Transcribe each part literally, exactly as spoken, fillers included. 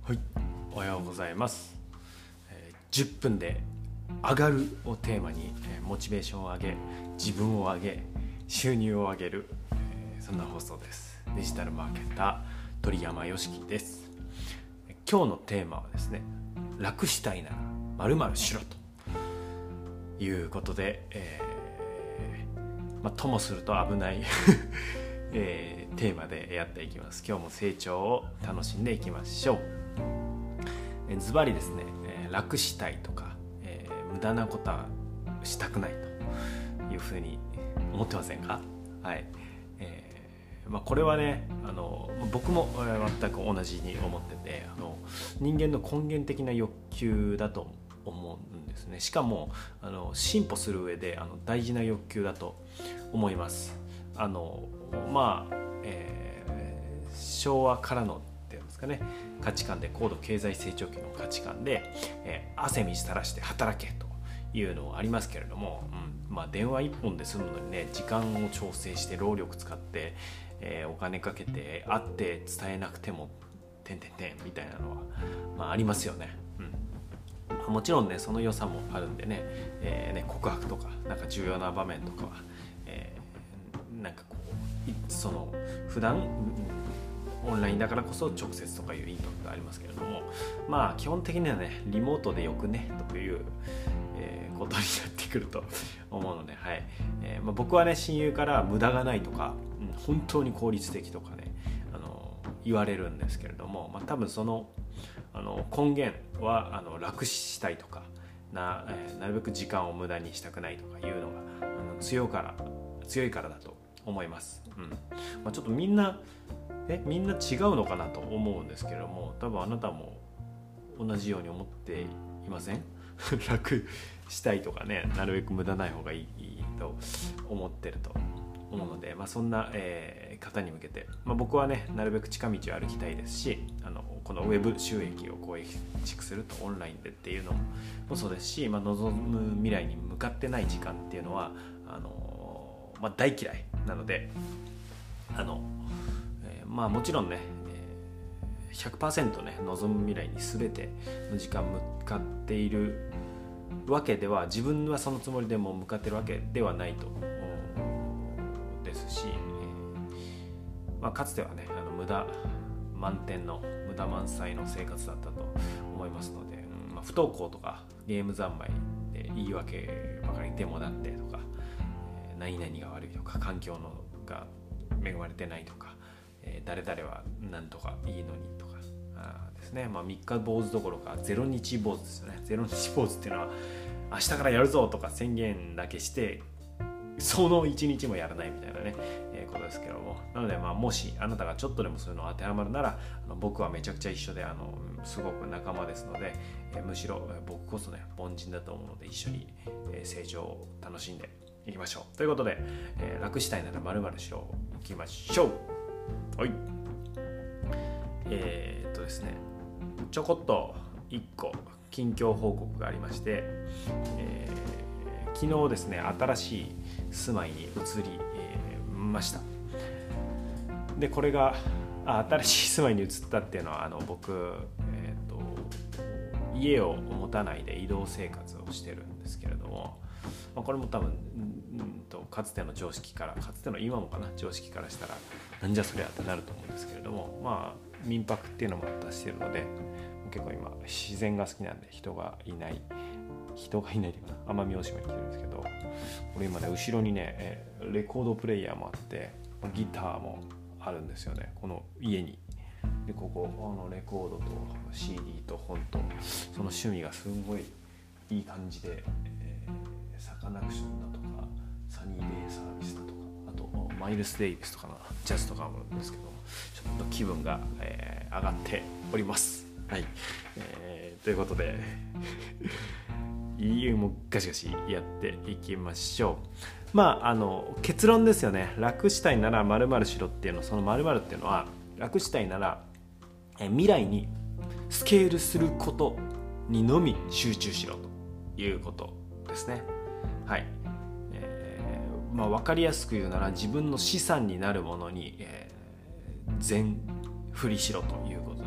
はい、おはようございます。えー、じゅっぷんで上がるをテーマに、えー、モチベーションを上げ、自分を上げ、収入を上げる、えー、そんな放送です。デジタルマーケター鳥山よしきです。今日のテーマはですね、楽したいなら〇〇しろということで、えーまあ、ともすると危ない、えー、テーマでやっていきます。今日も成長を楽しんでいきましょう。ズバリですね、えー、楽したいとか、えー、無駄なことはしたくないというふうに思ってませんか？はい、えーまあ、これはね、あの僕も全く同じに思ってて、あの人間の根源的な欲求だと思うんですね。しかもあの進歩する上であの大事な欲求だと思います。あのまあ、えー、昭和からのっていうんですかね、価値観で高度経済成長期の価値観で、えー、汗水垂らして働けというのがありますけれども、うんまあ、電話一本で済むのにね、時間を調整して労力使って、えー、お金かけて会って伝えなくてもてんてんてんみたいなのは、まあ、ありますよね。うん、もちろんねその良さもあるんでね、えー、ね告白とかなんか重要な場面とかは、えー、なんかこうその普段、うん、オンラインだからこそ直接とかいうインパクトがありますけれども、まあ基本的にはねリモートでよくねという、えー、ことになってくると思うので、はいえーまあ、僕はね親友から無駄がないとか、うん、本当に効率的とかねあの言われるんですけれども、まあ、多分そのあの根源はあの楽したいとか な,、えー、なるべく時間を無駄にしたくないとかいうのがあの強いから強いからだと思います。うんまあ、ちょっとみんなえみんな違うのかなと思うんですけれども、多分あなたも同じように思っていません？楽したいとかね、なるべく無駄ない方がいいと思ってると思うので、まあ、そんな、えー、方に向けて、まあ、僕はねなるべく近道を歩きたいですし、あのこのウェブ収益を構築するとオンラインでっていうのもそうですし、まあ、望む未来に向かってない時間っていうのはあの、まあ、大嫌いなので、あの、えー、まあもちろんね ひゃくパーセント ね望む未来に全ての時間向かっているわけでは、自分はそのつもりでも向かってるわけではないとですし、えーまあ、かつてはねあの無駄満点の無駄満載の生活だったと思いますので、うんまあ、不登校とかゲーム三昧で言い訳ばかりでもだってとか、えー、何々が悪いとか環境のが恵まれてないとか、えー、誰々はなんとかいいのにとかあですね、まあ、三日坊主どころかゼロ日坊主ですよね。ゼロ日坊主っていうのは明日からやるぞとか宣言だけしてその一日もやらないみたいなね、えー、ことですけども、なのでまあもしあなたがちょっとでもそういうの当てはまるなら、あの僕はめちゃくちゃ一緒で、あのすごく仲間ですので、えー、むしろ僕こそね凡人だと思うので一緒に、えー、成長を楽しんでいきましょうということで、えー、楽したいなら〇〇しろいきましょう。はい、えー、っとですねちょこっといっこ近況報告がありまして、えー、昨日ですね新しい住まいに移り、えー、ました。でこれがあ新しい住まいに移ったっていうのはあの僕、えー、と家を持たないで移動生活をしてるんですけれども、まあ、これも多分、うん、とかつての常識からかつての今もかな常識からしたらなんじゃそりゃってなると思うんですけれども、まあ民泊っていうのも出してるので結構今自然が好きなんで人がいない人がいないというかな奄美大島に来てるんですけど、俺今ね後ろにねレコードプレイヤーもあってギターもあるんですよねこの家に。でここあのレコードと シーディー と本とその趣味がすごいいい感じで、えー、サカナクションだとかサニーデイサービスだとかあとマイルス・デイビスとかのジャズとかもあるんですけど、ちょっと気分が、えー、上がっております。はい、えー、ということでいいもガシガシやっていきましょう。まああの結論ですよね。楽したいなら〇〇しろっていうの、その〇〇っていうのは楽したいならえ未来にスケールすることにのみ集中しろということですね。はい、えーまあ、分かりやすく言うなら自分の資産になるものに、えー、全振りしろということなん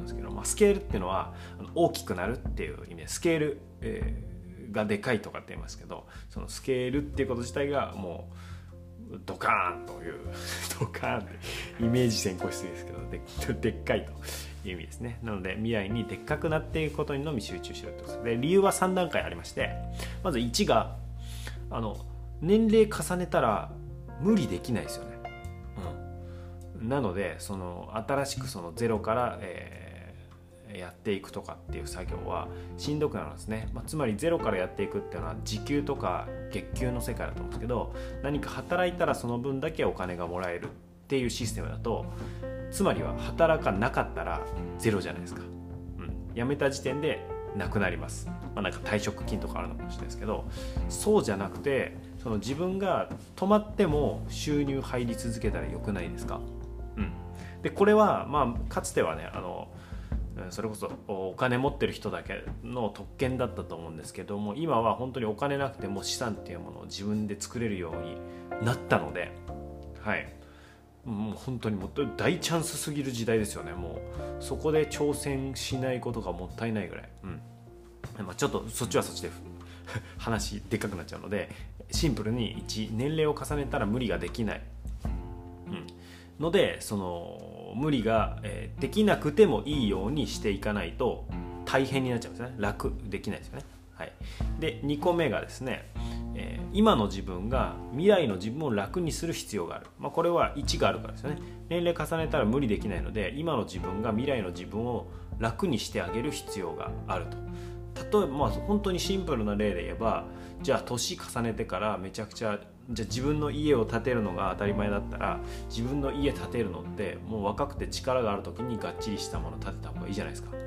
ですけど、まあ、スケールっていうのは大きくなるっていう意味でスケール、えー、がでかいとかって言いますけど、そのスケールっていうこと自体がもうドカーンというドカーンってイメージ先行しすぎですけど で, でっかいという意味ですね。なので未来にでっかくなっていくことにのみ集中しろということで、理由はさん段階ありまして、まずいちがあの年齢重ねたら無理できないですよね。うん、なのでその新しくそのゼロから、えーやっていくとかっていう作業はしんどくなるんですね。まあ、つまりゼロからやっていくっていうのは時給とか月給の世界だと思うんですけど、何か働いたらその分だけお金がもらえるっていうシステムだと、つまりは働かなかったらゼロじゃないですか。うん、辞めた時点でなくなります。まあ、なんか退職金とかあるのかもしれないですけど、そうじゃなくてその自分が止まっても収入入り続けたらよくないですか。うん、でこれはまあかつてはね、あのそれこそお金持ってる人だけの特権だったと思うんですけども、今は本当にお金なくても資産っていうものを自分で作れるようになったので、はい、もう本当にもう大チャンスすぎる時代ですよね。もうそこで挑戦しないことがもったいないぐらい、うんまあ、ちょっとそっちはそっちで話でっかくなっちゃうので、シンプルにいち年齢を重ねたら無理ができない、うん、のでその無理が、えー、できなくてもいいようにしていかないと大変になっちゃうんですね。楽できないですよね。はい、でにこめがですね、えー、今の自分が未来の自分を楽にする必要がある、まあ、これはいちがあるからですよね。年齢重ねたら無理できないので、今の自分が未来の自分を楽にしてあげる必要があると。例えば、まあ、本当にシンプルな例で言えば、じゃあ年重ねてからめちゃくちゃじゃあ自分の家を建てるのが当たり前だったら、自分の家建てるのってもう若くて力がある時にがっちりしたものを建てた方がいいじゃないですか。うん、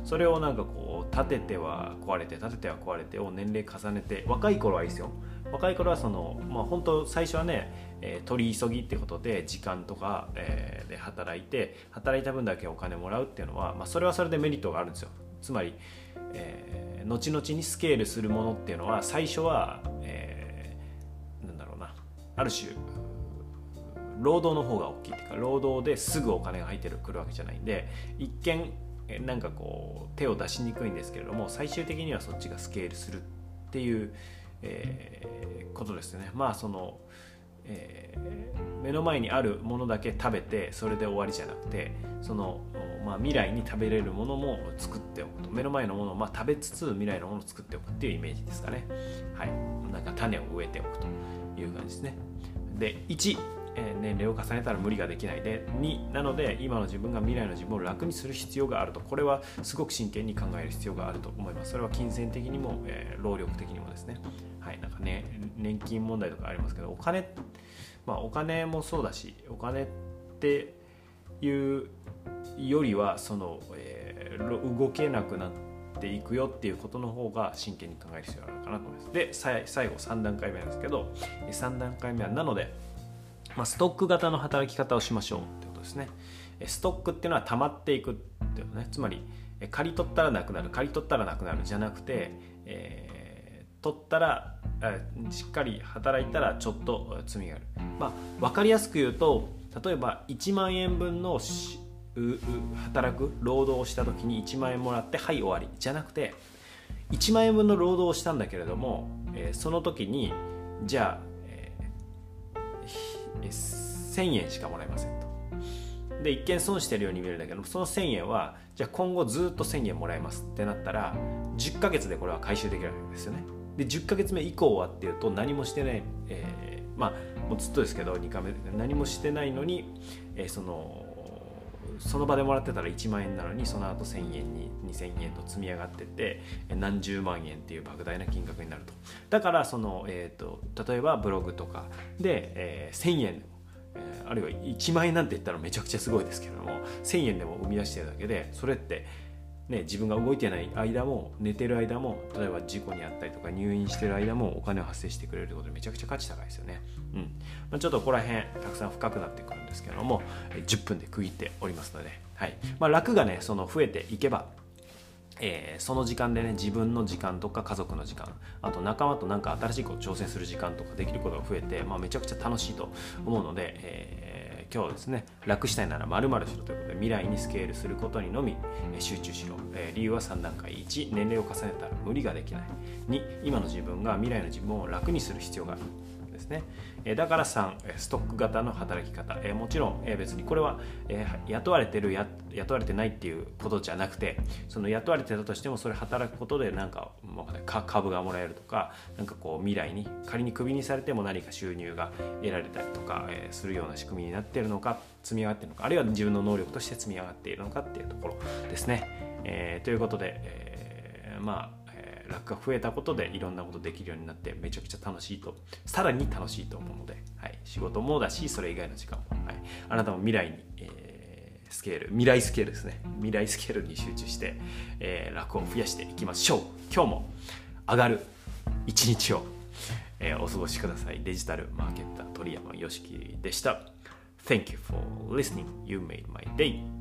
それをなんかこう建てては壊れて建てては壊れてを年齢重ねて、若い頃はいいですよ。若い頃はその、まあ、本当最初はね、えー、取り急ぎってことで時間とか、えー、で働いて働いた分だけお金もらうっていうのは、まあ、それはそれでメリットがあるんですよ。つまり、えー、後々にスケールするものっていうのは最初は、えー、なんだろうな、ある種労働の方が大きいっていうか、労働ですぐお金が入ってくるわけじゃないんで、一見なんかこう手を出しにくいんですけれども、最終的にはそっちがスケールするっていう、えー、ことですよね。まあその、えー、目の前にあるものだけ食べてそれで終わりじゃなくて、その、まあ、未来に食べれるものも作っておくと、目の前のものをまあ食べつつ未来のものを作っておくっていうイメージですかね。はい、なんか種を植えておくという感じですね。でいち、えー、年齢を重ねたら無理ができないで、になので今の自分が未来の自分を楽にする必要があると。これはすごく真剣に考える必要があると思います。それは金銭的にも、えー、労力的にもですね。はい、なんかね、年金問題とかありますけど、お金、まあお金もそうだし、お金っていうよりはその、えー、動けなくなっていくよっていうことの方が真剣に考える必要があるかなと思います。で最後さん段階目なんですけど、さん段階目はなので、まあ、ストック型の働き方をしましょうってことですね。ストックっていうのは溜まっていくっていうね、つまり借り取ったらなくなる、借り取ったらなくなるじゃなくて、えー、取ったらしっかり働いたらちょっと積みがある。まあ分かりやすく言うと、例えばいちまんえんぶんのしうう働く労働をした時にいちまんえんもらってはい終わりじゃなくて、いちまんえんぶんの労働をしたんだけれども、えー、その時にじゃあ、えー、せんえんしかもらえませんと。で一見損してるように見えるんだけど、そのせんえんはじゃあ今後ずっとせんえんもらえますってなったらじゅっかげつでこれは回収できるわけですよね。でじゅっかげつめ以降はっていうと何もしてない、えー、まあもうずっとですけどにかいめ何もしてないのに、えー、そのその場でもらってたらいちまんえんなのに、その後せんえんににせんえんと積み上がってって何十万円っていう莫大な金額になると。だからその、えー、と例えばブログとかで、えー、せんえんでも、えー、あるいはいちまんえんなんて言ったらめちゃくちゃすごいですけれども、せんえんでも生み出してるだけで、それってね、自分が動いてない間も寝てる間も、例えば事故にあったりとか入院してる間もお金を発生してくれるということでめちゃくちゃ価値高いですよね。うんまあ、ちょっとここら辺たくさん深くなってくるんですけれども、じゅっぷんで区切っておりますので、はいまあ、楽がねその増えていけば、えー、その時間でね自分の時間とか家族の時間、あと仲間となんか新しいことを挑戦する時間とかできることが増えて、まあ、めちゃくちゃ楽しいと思うので、えー今日ですね、楽したいなら〇〇しろということで、未来にスケールすることにのみ集中しろ。えー、理由はさん段階。いち、年齢を重ねたら無理ができない。に、今の自分が未来の自分を楽にする必要がある。ですね、えー、だからさん、ストック型の働き方、えー、もちろん、えー、別にこれは、えー、雇われてるや雇われてないっていうことじゃなくて、その雇われてたとしてもそれ働くことでなんか、まあ、株がもらえるとか、なんかこう未来に仮にクビにされても何か収入が得られたりとか、えー、するような仕組みになっているのか、積み上がっているのか、あるいは自分の能力として積み上がっているのかっていうところですね、えー、ということで、えー、まあ楽が増えたことでいろんなことできるようになってめちゃくちゃ楽しいと、さらに楽しいと思うので、はい、仕事もだしそれ以外の時間も、はい、あなたも未来に、えー、スケール未来スケールですね未来スケールに集中して、えー、楽を増やしていきましょう。今日も上がる一日を、えー、お過ごしください。デジタルマーケッター鳥山よしきでした。 Thank you for listening. You made my day.